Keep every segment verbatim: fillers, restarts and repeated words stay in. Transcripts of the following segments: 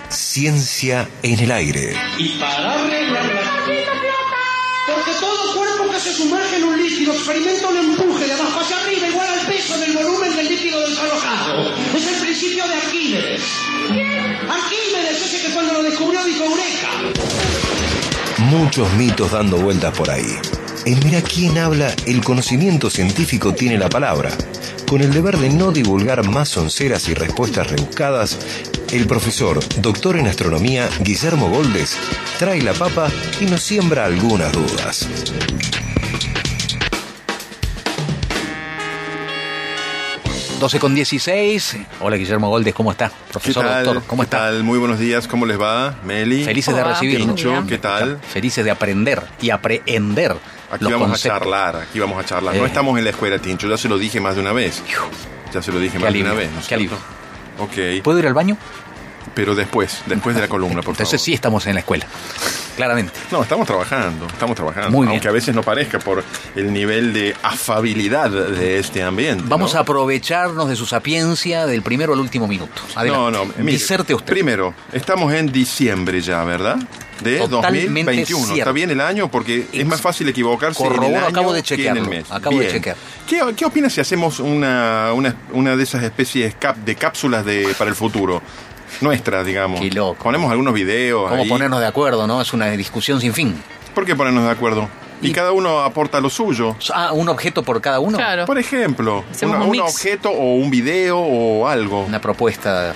Ciencia en el aire. Y para arreglar la... Porque todo cuerpo que se sumerge en un líquido experimenta un empuje de abajo hacia arriba igual al peso del volumen del líquido desalojado. Es el principio de Arquímedes. Arquímedes, ese que cuando lo descubrió dijo Eureka. Muchos mitos dando vueltas por ahí. En Mirá quién habla, el conocimiento científico tiene la palabra. Con el deber de no divulgar más sonceras y respuestas rebuscadas, el profesor, doctor en astronomía, Guillermo Goldes, trae la papa y nos siembra algunas dudas. doce con dieciséis. Hola, Guillermo Goldes, ¿cómo está? Profesor, ¿Qué tal? doctor, ¿cómo ¿Qué está? tal? Muy buenos días, ¿cómo les va? Meli. Felices de Hola. recibirnos. Tincho, ¿qué tal? Felices de aprender y aprehender Aquí los vamos conceptos. a charlar, aquí vamos a charlar. Eh. No estamos en la escuela, Tincho, ya se lo dije más de una vez. Ya se lo dije Qué más alivio, de una vez, ¿no es qué cierto? alivio. Ok, ¿Puedo ir al baño? pero después, después de la columna, por favor. Entonces sí estamos en la escuela, claramente. No, estamos trabajando, estamos trabajando. Muy bien. Aunque a veces no parezca por el nivel de afabilidad de este ambiente. Vamos ¿no? a aprovecharnos de su sapiencia del primero al último minuto. Adelante. No, no, mire, Diserte usted. Primero, estamos en diciembre ya, ¿verdad? De Totalmente dos mil veintiuno. cierto. ¿Está bien el año? Porque es más fácil equivocarse en el Corroboro, año acabo de que en chequearlo, el mes. acabo de Bien. chequear. ¿Qué, ¿Qué opinas si hacemos una, una, una de esas especies cap- de cápsulas de, para el futuro? Nuestra, digamos. Qué loco. Ponemos algunos videos ¿Cómo ahí. ponernos de acuerdo, no? Es una discusión sin fin. ¿Por qué ponernos de acuerdo? Y, Y- cada uno aporta lo suyo. Ah, ¿un objeto por cada uno? Claro. Por ejemplo, Hacemos una- un un mix. objeto o un video o algo. Una propuesta.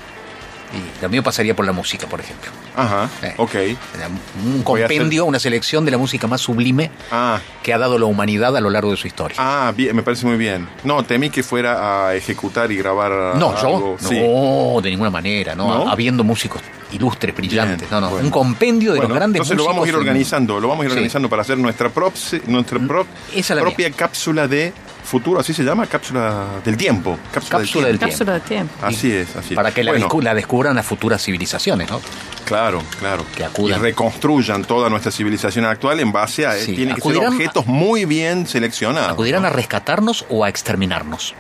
Y lo mío pasaría por la música, por ejemplo. Ajá, Eh. ok. Un Voy a compendio, hacer- una selección de la música más sublime Ah, que ha dado la humanidad a lo largo de su historia. ah, bien, me parece muy bien. No, temí que fuera a ejecutar y grabar no, algo. yo Sí. no, de ninguna manera, ¿no? ¿No? Habiendo músicos ilustres, brillantes, Bien, no, no, bueno. un compendio de Bueno, los grandes entonces lo músicos vamos a ir del mundo. organizando, lo vamos a ir Sí. organizando para hacer nuestra, propsi- nuestra pro- Esa es la propia cápsula de futuro, así se llama, cápsula del tiempo. Cápsula, Cápsula del del tiempo. Cápsula de tiempo. Así es, así es. Para que la, Bueno, descu- la descubran las futuras civilizaciones, ¿no? Claro, claro. Que acudan. Y reconstruyan toda nuestra civilización actual en base a... Sí, tienen que ser acudirán- objetos muy bien seleccionados. ¿Acudirán ¿no? a rescatarnos o a exterminarnos?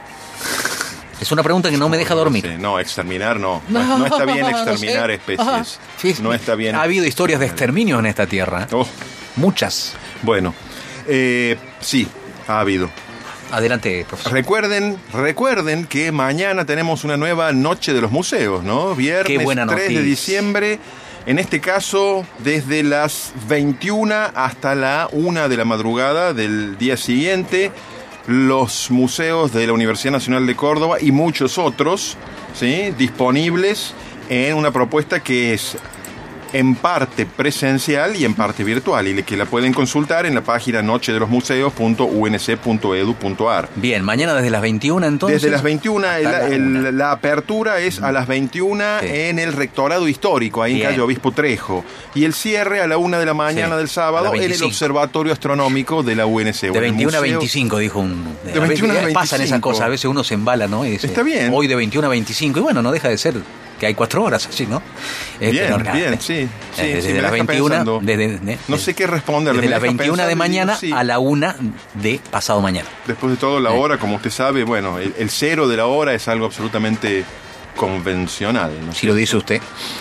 Es una pregunta que no me deja dormir. No, sé, no, exterminar no. No, no está bien No exterminar sé. especies. Ajá. Sí, No está bien. Ha habido historias de exterminio en esta tierra. Oh, Muchas. bueno, eh, sí, ha habido. Adelante, profesor. Recuerden, recuerden que mañana tenemos una nueva noche de los museos, ¿no? Viernes Qué buena tres de noticia. diciembre. En este caso, desde las veintiuna hasta la una de la madrugada del día siguiente, los museos de la Universidad Nacional de Córdoba y muchos otros, ¿sí?, disponibles en una propuesta que es en parte presencial y en parte virtual, y que la pueden consultar en la página noche de los museos punto u n c punto e d u punto a r. Bien, mañana desde las veintiuna entonces. Desde las veintiuna, hasta el- la el- una. la apertura es a las veintiuna Sí. en el Rectorado Histórico, ahí Bien. en calle Obispo Trejo. Y el cierre a la una de la mañana Sí, del a sábado las en el veinticinco. Observatorio Astronómico de la U N C. De Bueno, el veintiuna a museo- veinticinco, dijo un... De veintiuna a veces Pasan esas veinticinco. cosas, a veces uno se embala, ¿no? Y dice, Está bien. Hoy de veintiuna a veinticinco, y bueno, no deja de ser que hay cuatro horas así, ¿no? Este, Bien, no, nada, bien, eh, sí. eh, sí, desde sí, me las deja veintiuna, pensando. desde, de- No de- sé qué responderle. desde me las deja veintiuna de pensando y digo, mañana sí. a la una de pasado mañana. Después de todo, la Eh. hora, como usted sabe, bueno, el, el cero de la hora es algo absolutamente convencional, ¿no? Si lo dice usted.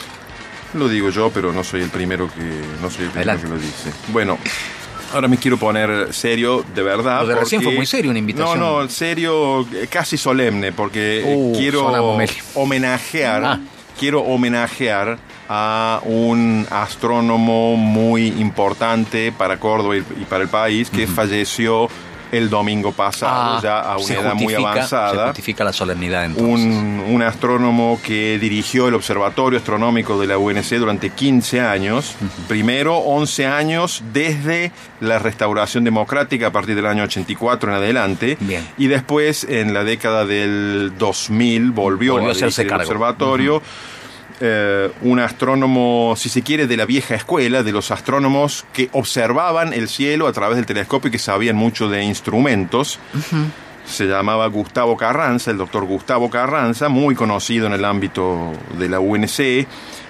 Lo digo yo, pero no soy el primero que no soy el primero Adelante. que lo dice. Bueno, ahora me quiero poner serio, de verdad. Lo de recién porque- fue muy serio, una invitación. No, no, serio, eh, casi solemne, porque eh, Uh, quiero sonamos, Meli. homenajear, Ah. quiero homenajear a un astrónomo muy importante para Córdoba y, y para el país que falleció el domingo pasado, Ah, ya a una se edad muy justifica- Se avanzada. justifica la solemnidad entonces. Un, un astrónomo que dirigió el Observatorio Astronómico de la U N C durante quince años. Primero, once años desde la restauración democrática a partir del año ochenta y cuatro en adelante. Bien. Y después, en la década del dos mil, volvió, Volvió a a hacerse dirigir el cargo. observatorio. Eh, un astrónomo, si se quiere, de la vieja escuela, de los astrónomos que observaban el cielo a través del telescopio y que sabían mucho de instrumentos. Se llamaba Gustavo Carranza, el doctor Gustavo Carranza, muy conocido en el ámbito de la U N C.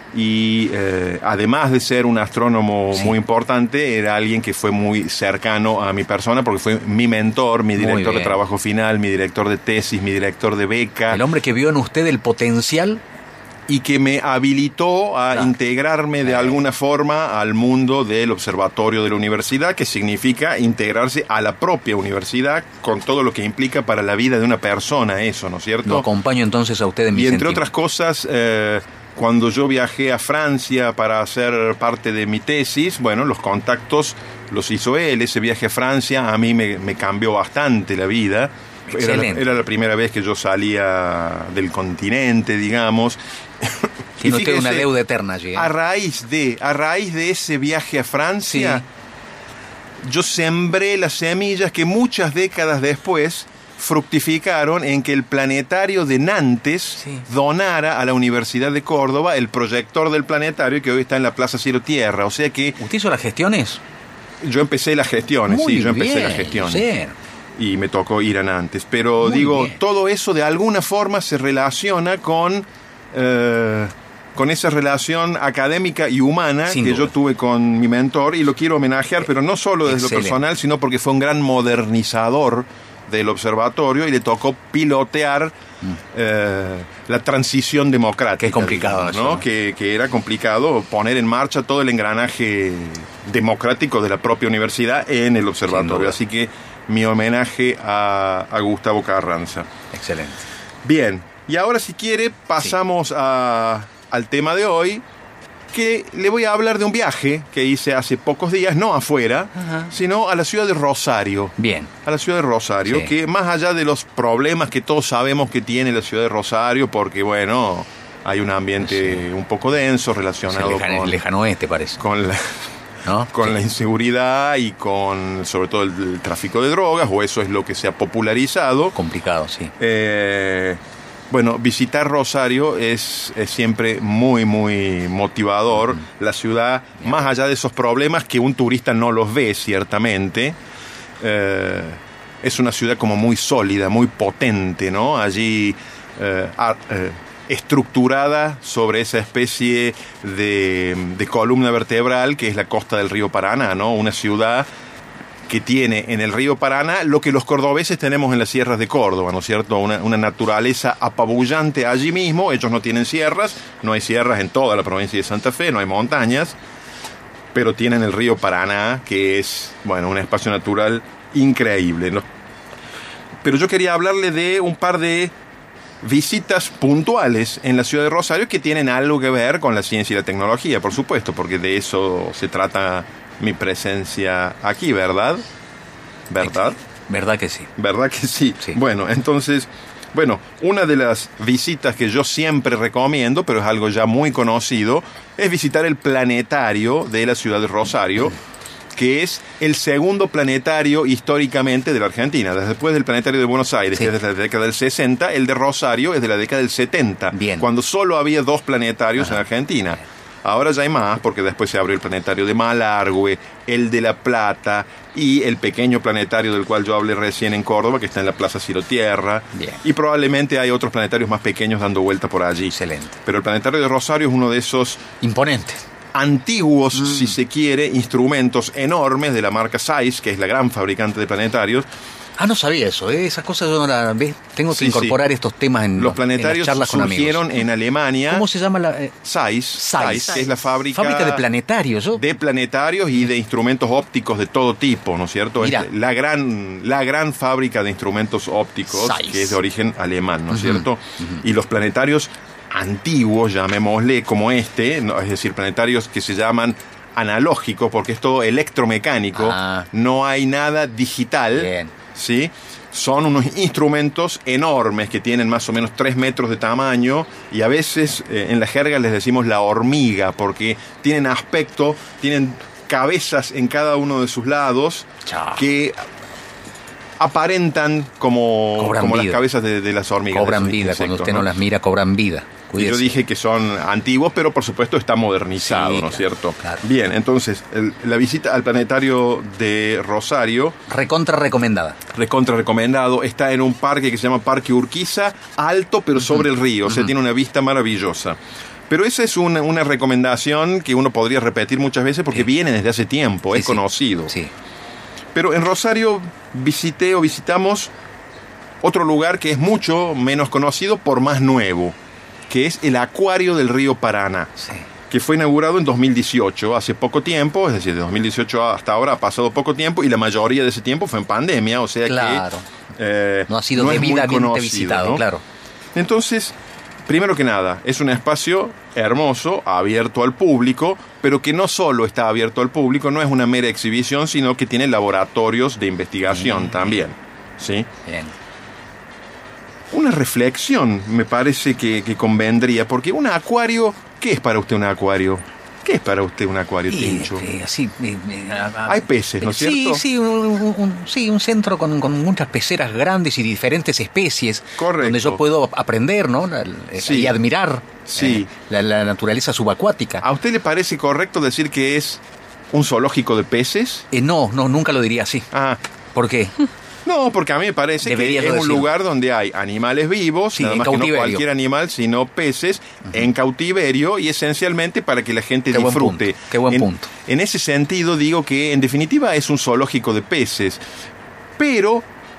Y eh, además de ser un astrónomo Sí. muy importante, era alguien que fue muy cercano a mi persona porque fue mi mentor, mi Muy director de bien. trabajo final, mi director de tesis, mi director de beca. El hombre que vio en usted el potencial y que me habilitó a Claro. integrarme de Eh. alguna forma al mundo del observatorio de la universidad, que significa integrarse a la propia universidad con todo lo que implica para la vida de una persona eso, ¿no es cierto? Lo acompaño entonces a usted en mi Y entre sentido. otras cosas, eh, cuando yo viajé a Francia para hacer parte de mi tesis, bueno, los contactos los hizo él. Ese viaje a Francia a mí me, me cambió bastante la vida. Era la, Excelente. era la primera vez que yo salía del continente, digamos. Tiene Y usted una fíjese, deuda eterna allí, ¿eh? A raíz de, a raíz de ese viaje a Francia, yo sembré las semillas que muchas décadas después fructificaron en que el planetario de Nantes Sí. donara a la Universidad de Córdoba el proyector del planetario que hoy está en la Plaza Cielo Tierra. O sea que ¿Usted hizo las gestiones? yo empecé las gestiones, Muy sí, yo empecé bien, las gestiones. sí. Y me tocó ir a Nantes. Pero Muy digo, bien. todo eso de alguna forma se relaciona con, eh, con esa relación académica y humana Sin que duda. yo tuve con mi mentor y lo quiero homenajear, pero no solo desde Excelente. lo personal, sino porque fue un gran modernizador del observatorio y le tocó pilotear eh, la transición democrática. Que es complicado digamos, eso, ¿no? ¿no? Que, que era complicado poner en marcha todo el engranaje democrático de la propia universidad en el observatorio. duda. Así que mi homenaje a, a Gustavo Carranza. Excelente. Bien, y ahora si quiere pasamos a, al tema de hoy, que le voy a hablar de un viaje que hice hace pocos días, no afuera, Ajá. sino a la ciudad de Rosario. Bien. A la ciudad de Rosario, Sí. que más allá de los problemas que todos sabemos que tiene la ciudad de Rosario, porque bueno, hay un ambiente un poco denso Es relacionado el lejano, con, lejano oeste, parece. con la, ¿No? con la inseguridad y con sobre todo el, el tráfico de drogas, o eso es lo que se ha popularizado. Complicado, sí. Eh, bueno, visitar Rosario es, es siempre muy, muy motivador. La ciudad, más allá de esos problemas que un turista no los ve, ciertamente, eh, es una ciudad como muy sólida, muy potente, ¿no? Allí eh, a- eh, estructurada sobre esa especie de, de columna vertebral que es la costa del río Paraná, ¿no? Una ciudad que tiene en el río Paraná lo que los cordobeses tenemos en las sierras de Córdoba, ¿no es cierto? Una, una naturaleza apabullante allí mismo. Ellos no tienen sierras, no hay sierras en toda la provincia de Santa Fe, no hay montañas, pero tienen el río Paraná, que es, bueno, un espacio natural increíble, ¿no? Pero yo quería hablarle de un par de visitas puntuales en la ciudad de Rosario que tienen algo que ver con la ciencia y la tecnología, por supuesto, porque de eso se trata mi presencia aquí, ¿verdad? ¿Verdad? ¿Verdad que sí? ¿Verdad que sí? Sí. Bueno, entonces, bueno, una de las visitas que yo siempre recomiendo, pero es algo ya muy conocido, es visitar el planetario de la ciudad de Rosario, que es el segundo planetario históricamente de la Argentina. Después del planetario de Buenos Aires, Sí. que es de la década del sesenta, el de Rosario es de la década del setenta, Bien. cuando solo había dos planetarios Ajá. en Argentina. Ahora ya hay más, porque después se abrió el planetario de Malargüe, el de La Plata y el pequeño planetario del cual yo hablé recién en Córdoba, que está en la Plaza Cielo Tierra. Bien. Y probablemente hay otros planetarios más pequeños dando vuelta por allí. Excelente. Pero el planetario de Rosario es uno de esos Imponente. antiguos, si se quiere, instrumentos enormes de la marca Zeiss, que es la gran fabricante de planetarios. Ah, no sabía eso, ¿eh? Esas cosas yo no las... ¿ves? Tengo que Sí, incorporar estos temas en, Los los- en planetarios las charlas con surgieron amigos. en Alemania. ¿Cómo se llama la...? eh, Zeiss, Zeiss. Zeiss, que es la fábrica... Fábrica de planetarios. Yo, de planetarios y de instrumentos ópticos de todo tipo, ¿no es cierto? Mira. Es la gran, la gran fábrica de instrumentos ópticos Zeiss. que es de origen alemán, ¿no es cierto? Y los planetarios antiguos, llamémosle como este, ¿no? Es decir, planetarios que se llaman analógicos porque es todo electromecánico, Ah. no hay nada digital, Bien. ¿sí? Son unos instrumentos enormes que tienen más o menos tres metros de tamaño y a veces eh, en la jerga les decimos la hormiga porque tienen aspecto, tienen cabezas en cada uno de sus lados Chao. que aparentan como, Cobran como las vida. cabezas de, de las hormigas. de cobran esos vida. insectos, Cuando usted no las mira, cobran vida. Y yo Cuídese. dije que son antiguos, pero por supuesto está modernizado, Sí, ¿no es claro, cierto? claro. Bien, entonces, el- la visita al planetario de Rosario, Recontra recomendada. recontra recomendado, está en un parque que se llama Parque Urquiza, alto pero sobre el río, o sea, tiene una vista maravillosa. Pero esa es una, una recomendación que uno podría repetir muchas veces porque Sí. viene desde hace tiempo, Sí, es sí. conocido. Sí. Pero en Rosario visité o visitamos otro lugar que es mucho menos conocido por más nuevo, que es el Acuario del Río Paraná. Sí. Que fue inaugurado en dos mil dieciocho, hace poco tiempo, es decir, de dos mil dieciocho hasta ahora ha pasado poco tiempo y la mayoría de ese tiempo fue en pandemia, o sea Claro. que eh, No ha sido no es muy debidamente conocido, visitado, ¿no? claro. Entonces, primero que nada, es un espacio hermoso, abierto al público, pero que no solo está abierto al público, no es una mera exhibición, sino que tiene laboratorios de investigación Mm. también, ¿sí? Bien. Una reflexión me parece que, que convendría, porque un acuario, ¿qué es para usted un acuario? ¿Qué es para usted un acuario, Y, Tincho? eh, así, eh, eh, a- a- Hay peces, ¿no es sí, cierto? Sí, un, un- un- sí, un centro con, con muchas peceras grandes y diferentes especies. Correcto. Donde yo puedo aprender, ¿no? La- eh, Sí. Y admirar Sí. eh, la, la naturaleza subacuática. ¿A usted le parece correcto decir que es un zoológico de peces? Eh, no, no, nunca lo diría así. Ah, ¿Por qué? no, porque a mí me parece Debería que es no un decirlo. lugar donde hay animales vivos, Sí, nada en más que no cautiverio. cualquier animal, sino peces en cautiverio y esencialmente para que la gente Qué buen disfrute. punto, qué buen en, punto. En ese sentido digo que en definitiva es un zoológico de peces, pero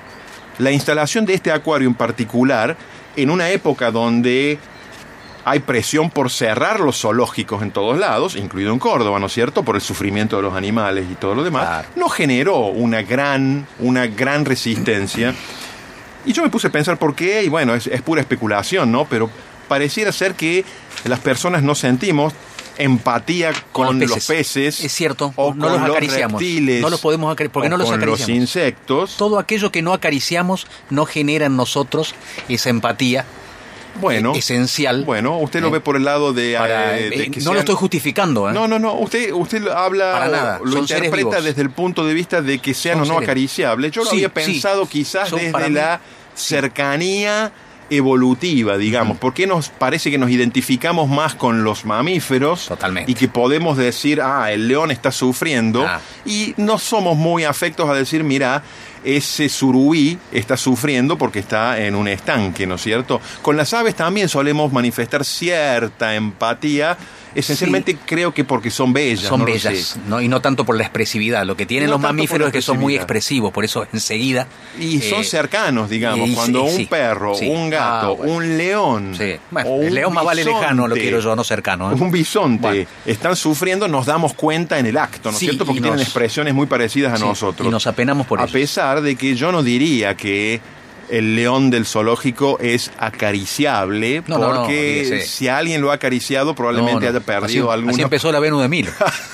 la instalación de este acuario en particular, en una época donde hay presión por cerrar los zoológicos en todos lados, incluido en Córdoba, ¿no es cierto?, por el sufrimiento de los animales y todo lo demás, Claro. no generó una gran, una gran resistencia. Y yo me puse a pensar por qué, y bueno, es, es pura especulación, ¿no? Pero pareciera ser que las personas no sentimos empatía con, Con los los peces. peces. Es cierto, o no con los acariciamos. reptiles, No los podemos acariciar, porque o no los con acariciamos. los insectos. Todo aquello que no acariciamos no genera en nosotros esa empatía Bueno, esencial. bueno, usted lo eh, ve por el lado de, para- eh, de eh, que no sean- lo estoy justificando, ¿eh? No, no, no. Usted, usted lo habla, Para o nada, lo son seres interpreta vivos. desde el punto de vista de que sean Son o no seres. acariciables. Yo lo Sí, había sí. pensado quizás Son para desde mí- la cercanía evolutiva, digamos. Porque nos parece que nos identificamos más con los mamíferos. Totalmente. Y que podemos decir, ah, el león está sufriendo. Ah. Y no somos muy afectos a decir, mira, ese surubí está sufriendo porque está en un estanque, ¿no es cierto? Con las aves también solemos manifestar cierta empatía, esencialmente Sí. creo que porque son bellas. Son no lo bellas, sé. ¿no? Y no tanto por la expresividad. Lo que tienen No los tanto por mamíferos la es que son muy expresividad. expresivos, por eso enseguida. Y son eh, cercanos, digamos, y- cuando sí, un sí. perro, Sí. un gato, Ah, bueno. un león, Sí. Bueno, o el un león más vale bisonte, lejano, lo quiero yo, no cercano, ¿eh? un bisonte, Bueno. están sufriendo, nos damos cuenta en el acto, ¿no es Sí, cierto? Porque y tienen nos- expresiones muy parecidas a Sí, nosotros. y nos apenamos por A ellos. pesar de que yo no diría que el león del zoológico es acariciable, No, no, no, porque olvídese. si alguien lo ha acariciado probablemente No, no. haya perdido así, alguno. así empezó la Venus de Milo.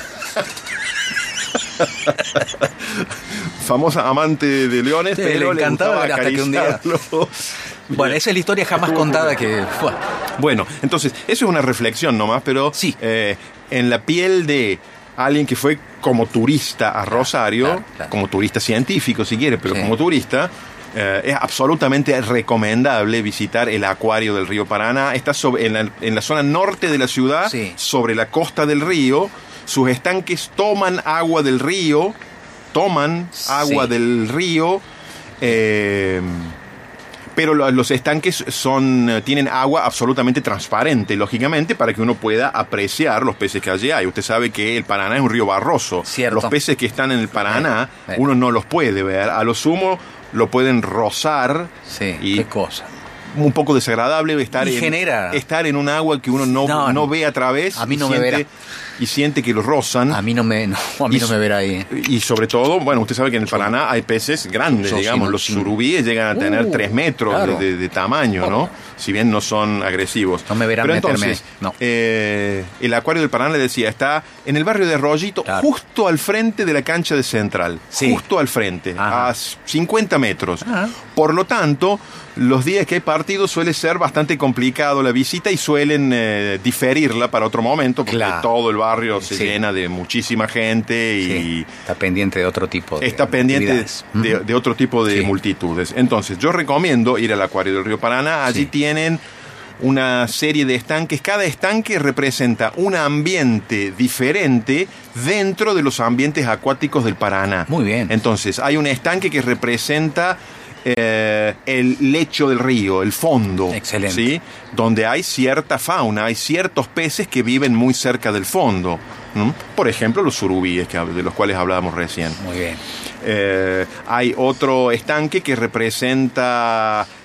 Famosa amante de leones, Sí, pero le encantaba gustaba hasta que un día- acariciarlos. Bueno, esa es la historia jamás Estuvo contada muy que... fue. Bueno, entonces, eso es una reflexión nomás, pero Sí. eh, en la piel de alguien que fue como turista a Rosario, claro, claro. como turista científico si quiere, pero Sí. como turista, eh, es absolutamente recomendable visitar el acuario del río Paraná. Está sobre, en, la, en la zona norte de la ciudad, Sí. sobre la costa del río. Sus estanques toman agua del río, toman agua Sí. del río. eh, pero lo- los estanques son eh, tienen agua absolutamente transparente, lógicamente, para que uno pueda apreciar los peces que allí hay. Usted sabe que el Paraná es un río barroso. Cierto. Los peces que están en el Paraná, Eh, eh. uno no los puede ver. A lo sumo lo pueden rozar. Sí, y qué cosa. un poco desagradable estar, Y en, genera- estar en un agua que uno no, No, no, no. ve a través. A mí y no me siente- verá. Y siente que lo rozan. A mí no me, no, a mí Y no s- me verá ahí. ¿eh? Y sobre todo, bueno, usted sabe que en el Paraná hay peces grandes, Son digamos. sin- Los sin- surubíes llegan a tener Uh, tres metros claro. de, de- de tamaño, ¿no? Si bien no son agresivos. No me verán Pero meterme, entonces, no. eh, el acuario del Paraná, le decía, está en el barrio de Arroyito, Claro. justo al frente de la cancha de Central. Sí. Justo al frente, Ajá. a cincuenta metros. Ajá. Por lo tanto, los días que hay partido suele ser bastante complicado la visita y suelen eh, diferirla para otro momento, porque Claro. todo el barrio se Sí. llena de muchísima gente y Sí, está pendiente de otro tipo de está pendiente actividades. de, de otro tipo de Sí. multitudes. Entonces, yo recomiendo ir al acuario del río Paraná. Allí Sí. tienen una serie de estanques. Cada estanque representa un ambiente diferente dentro de los ambientes acuáticos del Paraná. Muy bien. Entonces, hay un estanque que representa eh, el lecho del río, el fondo. Excelente. ¿sí? Donde hay cierta fauna, hay ciertos peces que viven muy cerca del fondo. ¿m? Por ejemplo, los surubíes, que, hab- de los cuales hablábamos recién. Muy bien. Eh, hay otro estanque que representa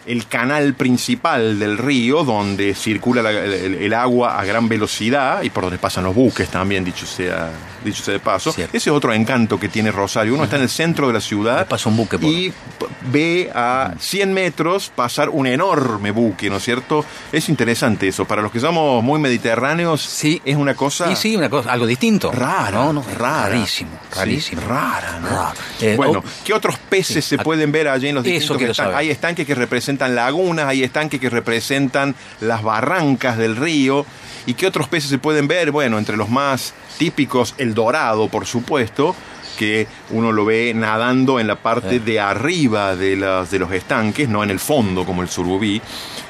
el canal principal del río donde circula la, el, el agua a gran velocidad y por donde pasan los buques también, dicho sea, dicho sea de paso. Cierto. Ese es otro encanto que tiene Rosario. Uno uh-huh. está en el centro de la ciudad. Le pasa un buque por... y ve a cien metros pasar un enorme buque, ¿no es cierto? Es interesante eso. Para los que somos muy mediterráneos, sí. es una cosa... Sí, sí, una cosa, algo distinto. Rara, no, no, rara. Rarísimo, rarísimo. Sí, rara, ¿no? Rara. Eh, bueno, oh, ¿qué otros peces sí. se pueden ver allí en los distintos estanques? Hay estanques que representan lagunas, hay estanques que representan las barrancas del río. ¿Y qué otros peces se pueden ver? Bueno, entre los más típicos, el dorado, por supuesto, que uno lo ve nadando en la parte sí. de arriba de, las, de los estanques, no en el fondo como el surubí.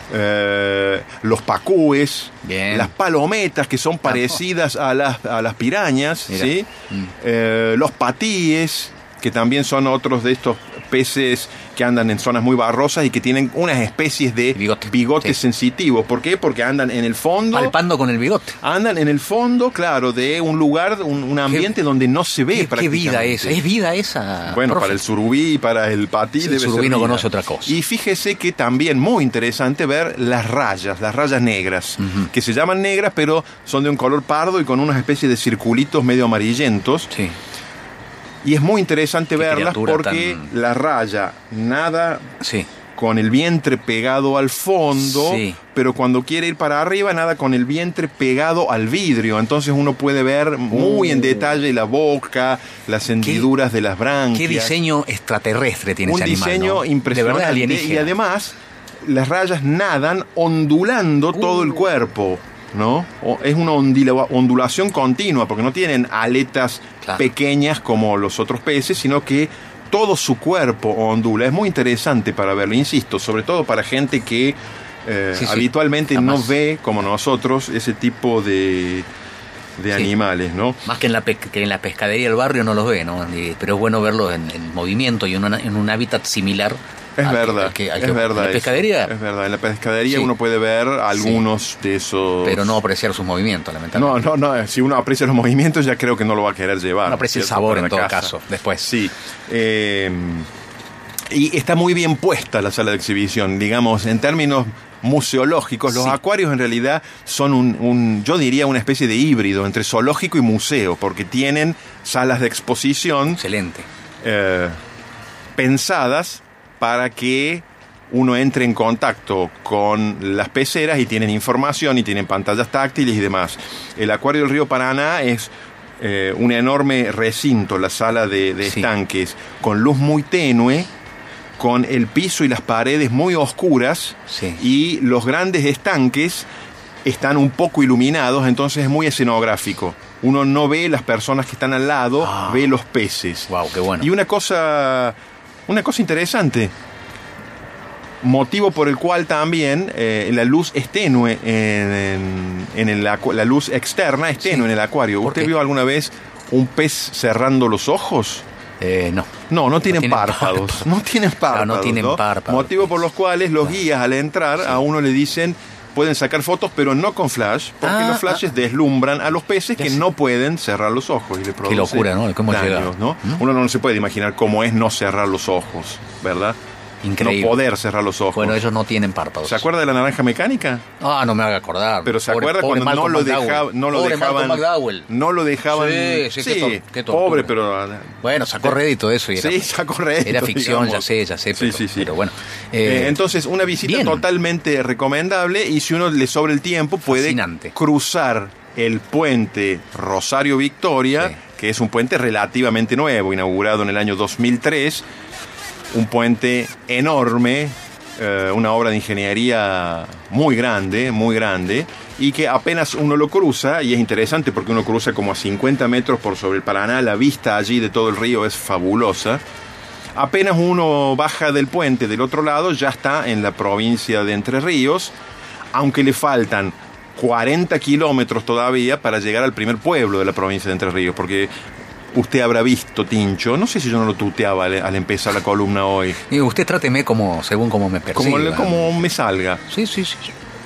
Eh, los pacúes, Bien. las palometas que son parecidas a las, a las pirañas, ¿sí? mm. eh, los patíes, que también son otros de estos peces que andan en zonas muy barrosas y que tienen unas especies de bigote. bigotes sí. sensitivos. ¿Por qué? Porque andan en el fondo... Palpando con el bigote. Andan en el fondo, claro, de un lugar, un, un ambiente ¿Qué, donde no se ve qué, prácticamente. ¿Qué vida esa? ¿Es vida esa? Bueno, profe? Para el surubí y para el patí sí, debe ser El surubí no vida. conoce otra cosa. Y fíjese que también muy interesante ver las rayas, las rayas negras, uh-huh. que se llaman negras, pero son de un color pardo y con unas especies de circulitos medio amarillentos. Sí. Y es muy interesante Qué verlas porque tan... la raya nada sí. con el vientre pegado al fondo, sí. pero cuando quiere ir para arriba nada con el vientre pegado al vidrio. Entonces uno puede ver muy uh. en detalle la boca, las hendiduras de las branquias. Qué diseño extraterrestre tiene Un ese animal. Un diseño ¿no? impresionante. De verdad alienígena. Y además las rayas nadan ondulando uh. todo el cuerpo, ¿no? Es una ondulación continua porque no tienen aletas claro. pequeñas como los otros peces, sino que todo su cuerpo ondula. Es muy interesante para verlo, insisto, sobre todo para gente que eh, sí, sí. habitualmente Jamás. no ve, como nosotros, ese tipo de, de sí. animales, ¿no? Más que en, la pe- que en la pescadería del barrio no los ve, ¿no? Pero es bueno verlos en, en movimiento y en, una, en un hábitat similar. Es verdad, que, que, es verdad. ¿En la pescadería? Eso. Es verdad, en la pescadería sí. uno puede ver algunos sí. de esos... Pero no apreciar sus movimientos, lamentablemente. No, no, no, si uno aprecia los movimientos ya creo que no lo va a querer llevar. No aprecia el sabor en todo casa. caso, después. Sí. Eh, y está muy bien puesta la sala de exhibición, digamos, en términos museológicos. Los sí. acuarios en realidad son un, un, yo diría, una especie de híbrido entre zoológico y museo, porque tienen salas de exposición... Excelente. Eh, pensadas para que uno entre en contacto con las peceras y tienen información y tienen pantallas táctiles y demás. El acuario del río Paraná es eh, un enorme recinto, la sala de, de sí. estanques, con luz muy tenue, con el piso y las paredes muy oscuras sí. y los grandes estanques están un poco iluminados, entonces es muy escenográfico. Uno no ve las personas que están al lado, ah. ve los peces. Wow, qué bueno. Y una cosa... Una cosa interesante, motivo por el cual también eh, la luz es tenue en, en, en el, la luz externa es tenue sí. en el acuario. ¿Usted qué? vio alguna vez un pez cerrando los ojos? Eh, no. No, no tienen, no tienen párpados. párpados. No tienen párpados. No, no tienen ¿no? párpados. Motivo por los cuales los guías al entrar sí. a uno le dicen... Pueden sacar fotos, pero no con flash, porque ah, los flashes ah. deslumbran a los peces que no pueden cerrar los ojos y le producen Qué locura, ¿no? ¿Cómo daños, ¿no? ¿no? Uno no se puede imaginar cómo es no cerrar los ojos, ¿verdad? Increíble. No poder cerrar los ojos. Bueno, ellos no tienen párpados. ¿Se acuerda de la naranja mecánica? Ah, no me haga acordar. Pero se pobre, acuerda pobre cuando no lo, deja, no lo dejaban. No lo dejaban. Sí, sí, sí qué, to- qué pobre, pero. Bueno, sacó rédito eso. Y era, sí, sacó rédito. Era ficción, digamos. ya sé, ya sé. Pero, sí, sí, sí. pero bueno. Eh, eh, entonces, una visita bien. totalmente recomendable. Y si uno le sobra el tiempo, puede Fascinante. cruzar el puente Rosario Victoria, sí. que es un puente relativamente nuevo, inaugurado en el año dos mil tres. Un puente enorme, eh, una obra de ingeniería muy grande, muy grande, y que apenas uno lo cruza, y es interesante porque uno cruza como a cincuenta metros por sobre el Paraná, la vista allí de todo el río es fabulosa. Apenas uno baja del puente del otro lado, ya está en la provincia de Entre Ríos, aunque le faltan cuarenta kilómetros todavía para llegar al primer pueblo de la provincia de Entre Ríos, porque... Usted habrá visto, Tincho, no sé si yo no lo tuteaba al, al empezar la columna hoy. Y usted tráteme como, según como me perciba. Como, como me salga. Sí, sí, sí.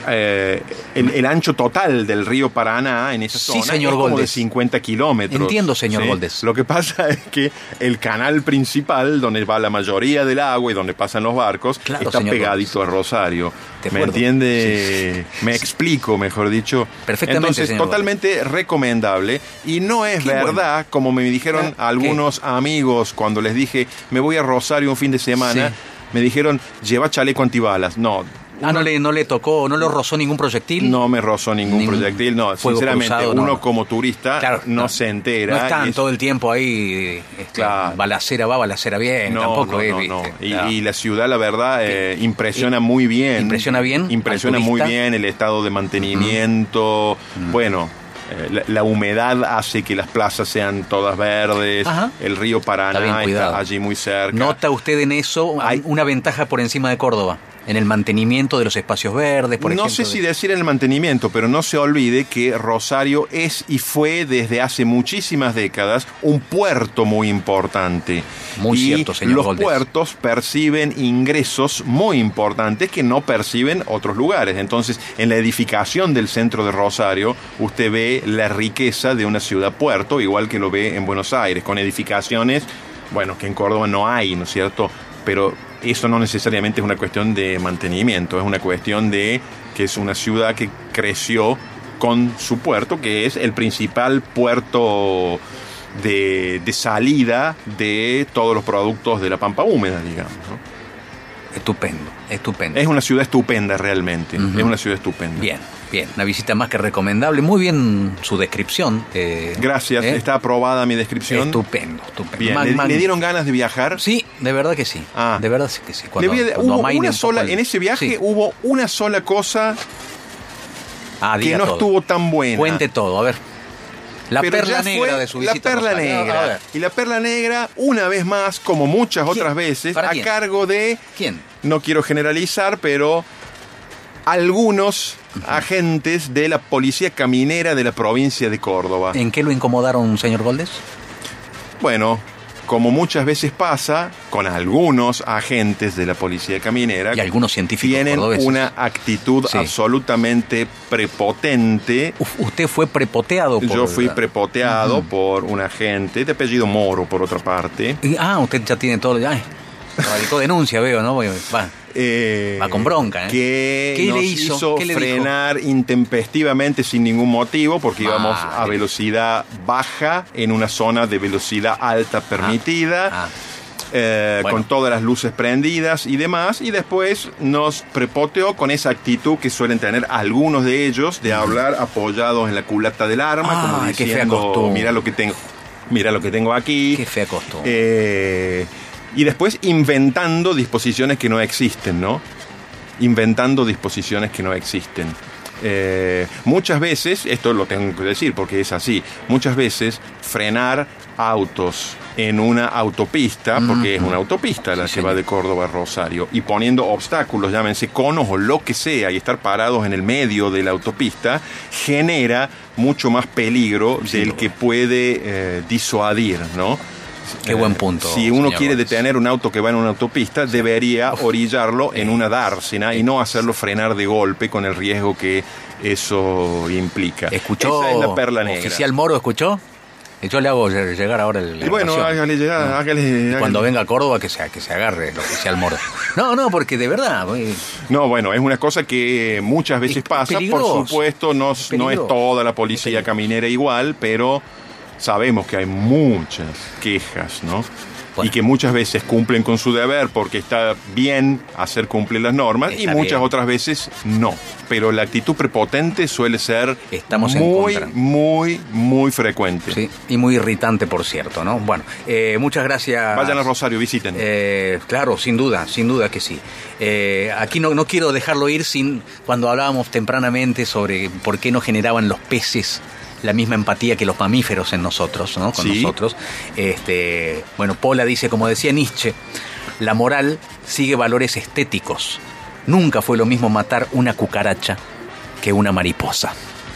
Eh, el, el ancho total del río Paraná en esa Sí, zona señor es como Goldes. de cincuenta kilómetros. Entiendo, señor ¿sí? Goldes. Lo que pasa es que el canal principal, donde va la mayoría del agua y donde pasan los barcos, Claro, está señor pegadito Goldes. a Rosario. De ¿Me acuerdo. entiende? Me explico, mejor dicho. Perfectamente, Entonces, señor totalmente recomendable. Y no es Qué verdad, como me dijeron Ah, algunos amigos cuando les dije, me voy a Rosario un fin de semana, Sí. me dijeron, lleva chaleco antibalas. No. Ah, no le, no le tocó, no lo rozó ningún proyectil. No me rozó ningún, Ningún proyectil, no, fuego sinceramente, cruzado, uno no. como turista Claro, no, no. se entera. No están y es- todo el tiempo ahí, este, Claro. balacera va, balacera viene, no, tampoco no, es, no, ¿viste? no. Y, Claro. y la ciudad, la verdad, eh, impresiona muy bien. ¿Impresiona bien Impresiona al muy turista? bien el estado de mantenimiento. Bueno, eh, la, la humedad hace que las plazas sean todas verdes. Ajá. El río Está bien Paraná está, cuidado. allí muy cerca. ¿Nota usted en eso Hay- una ventaja por encima de Córdoba? En el mantenimiento de los espacios verdes, por no ejemplo. sé si de- decir el mantenimiento, pero no se olvide que Rosario es y fue desde hace muchísimas décadas un puerto muy importante. Muy y cierto, señor los Goldes. puertos perciben ingresos muy importantes que no perciben otros lugares. Entonces, en la edificación del centro de Rosario, usted ve la riqueza de una ciudad-puerto, igual que lo ve en Buenos Aires, con edificaciones, bueno, que en Córdoba no hay, ¿no es cierto? Pero eso no necesariamente es una cuestión de mantenimiento, es una cuestión de que es una ciudad que creció con su puerto, que es el principal puerto de, de salida de todos los productos de la pampa húmeda, digamos, ¿no? Estupendo, estupendo. Es una ciudad estupenda realmente, Ujú. es una ciudad estupenda. Bien, bien. Una visita más que recomendable. Muy bien su descripción. eh, Gracias, ¿eh? está aprobada mi descripción. Estupendo, estupendo. Bien, Mag- ¿le, mag- le dieron ganas de viajar? Sí, de verdad que sí. Ah. De verdad que sí. Le Cuando, voy a- cuando hubo amaine una un poco sola, el- en ese viaje Sí. hubo una sola cosa Ah, que diga no todo. estuvo tan buena. Cuente todo, a ver. La Pero perla ya negra fue de su la visita. a perla Rosario. A negra. ver, Y la perla negra, una vez más, como muchas ¿Quién? otras veces, ¿Para a quién? cargo de, ¿Quién? no quiero generalizar, pero algunos agentes de la policía caminera de la provincia de Córdoba. ¿En qué lo incomodaron, señor Goldes? Bueno, como muchas veces pasa con algunos agentes de la policía caminera, Y algunos científicos tienen cordobeses. una actitud Sí. absolutamente prepotente. Uf, usted fue prepoteado por... Yo fui prepoteado por un agente de apellido Moro, por otra parte. Y- Ah, usted ya tiene todo... Ay, radicó denuncia, veo, ¿no? Va. Eh, Va con bronca, ¿eh? Que ¿Qué nos le hizo? ¿Qué le frenar intempestivamente sin ningún motivo porque íbamos a Madre. velocidad baja en una zona de velocidad alta permitida. Ah, eh, Bueno. con todas las luces prendidas y demás, y después nos prepoteó con esa actitud que suelen tener algunos de ellos de hablar apoyados en la culata del arma, como Ay, qué fea diciendo, costumbre. mira lo que tengo, mira lo que tengo aquí. qué fea costumbre. Eh, y después inventando disposiciones que no existen, ¿no? Inventando disposiciones que no existen. Eh, muchas veces, esto lo tengo que decir porque es así, muchas veces frenar autos en una autopista, porque es una autopista la Sí, que va señor. de Córdoba a Rosario, y poniendo obstáculos, llámense conos o lo que sea, y estar parados en el medio de la autopista, genera mucho más peligro del que puede eh, disuadir, ¿no? Qué buen punto, Si uno señor quiere Gómez. detener un auto que va en una autopista, debería orillarlo en una dársena y no hacerlo frenar de golpe con el riesgo que eso implica. ¿Escuchó? Esa es la perla negra. ¿Oficial Moro escuchó? Yo le hago llegar ahora el. Y bueno, hágale llegar, hágale, Cuando hágale. venga a Córdoba que se, que se agarre el oficial Moro. No, no, porque de verdad. eh, No, bueno, es una cosa que muchas veces Es pasa. peligroso. Por supuesto, no, Es no es peligroso. toda la policía caminera igual, pero sabemos que hay muchas quejas, ¿no? Bueno. Y que muchas veces cumplen con su deber porque está bien hacer cumplir las normas y Está muchas bien. otras veces no. Pero la actitud prepotente suele ser Estamos en muy, contra. muy, muy frecuente. Sí, y muy irritante, por cierto, ¿no? Bueno, eh, muchas gracias. Vayan a Rosario, visiten. Eh, claro, sin duda, sin duda que sí. Eh, aquí no, no quiero dejarlo ir sin cuando hablábamos tempranamente sobre por qué no generaban los peces la misma empatía que los mamíferos en nosotros, ¿no? Con Sí. nosotros. Este, bueno, Pola dice, como decía Nietzsche, la moral sigue valores estéticos. Nunca fue lo mismo matar una cucaracha que una mariposa.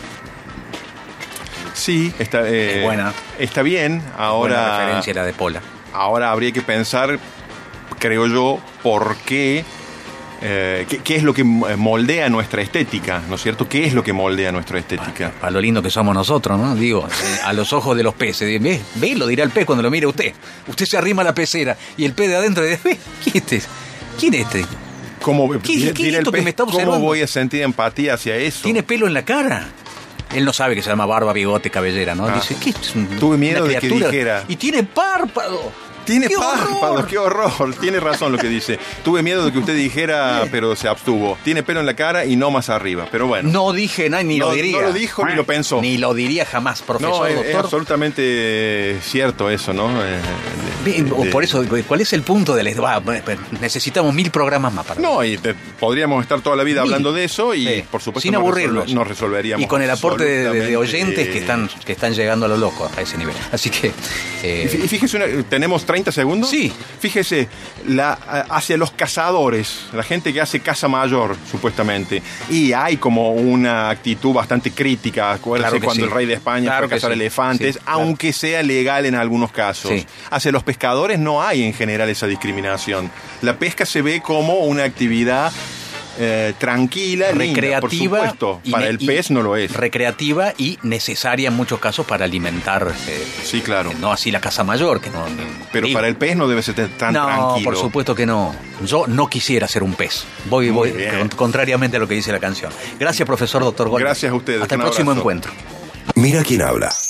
Sí, está, eh, Es buena. está bien. Buena Ahora, referencia la de Pola. ahora habría que pensar, creo yo, por qué Eh, ¿qué, ¿Qué es lo que moldea nuestra estética, ¿no es cierto? ¿Qué es lo que moldea nuestra estética? A lo lindo que somos nosotros, ¿no? Digo, eh, a los ojos de los peces. ¿Ve? ¿Ve? Lo dirá el pez cuando lo mire usted. Usted se arrima a la pecera y el pez de adentro dice, ¿ve? ¿Quién es este? ¿Quién es este? ¿Cómo, ¿Qué, qué dirá es esto el que pez, me está observando? ¿Cómo voy a sentir empatía hacia eso? Tiene pelo en la cara. Él no sabe que se llama barba, bigote, cabellera, ¿no? Ah. Dice, ¿qué es? Un, Tuve miedo una de que criatura? dijera. Y tiene párpado. Tiene ¡Qué párpados, horror! qué horror. Tiene razón lo que dice. Tuve miedo de que usted dijera, pero se abstuvo. Tiene pelo en la cara y no más arriba. Pero bueno. No dije nada, ni no, lo diría. No lo dijo ni lo pensó. Ni lo diría jamás, profesor, no, es, doctor. es absolutamente cierto eso, ¿no? Eh, de, Bien, de, por eso, ¿cuál es el punto de la... Va, necesitamos mil programas más para... No, y te, podríamos estar toda la vida Mil. hablando de eso y Sí. por supuesto sin no aburrirnos. resolver, no resolveríamos. Y con el aporte de, de- de absolutamente, oyentes que eh, están, que están llegando a lo loco a ese nivel. Así que... eh, Y fí- y fíjese, una- ¿tenemos treinta segundos? Sí. Fíjese, la, hacia los cazadores, la gente que hace caza mayor, supuestamente, y hay como una actitud bastante crítica, acuérdense Claro que cuando sí. el rey de España Claro fue a que cazar sí. elefantes, Sí, claro. aunque sea legal en algunos casos. Sí. Hacia los pescadores no hay en general esa discriminación. La pesca se ve como una actividad eh, tranquila, linda, por recreativa supuesto. y Para ne- el y pez no lo es. recreativa y necesaria en muchos casos para alimentar eh, Sí, claro. no así la caza mayor que no, Pero digo, para el pez no debe ser tan no, tranquilo. por supuesto que no. Yo no quisiera ser un pez. Voy, Muy voy bien. con- contrariamente a lo que dice la canción. Gracias, profesor doctor Goldberg. Gracias a ustedes. Hasta el Un próximo abrazo. encuentro. Mira quién habla.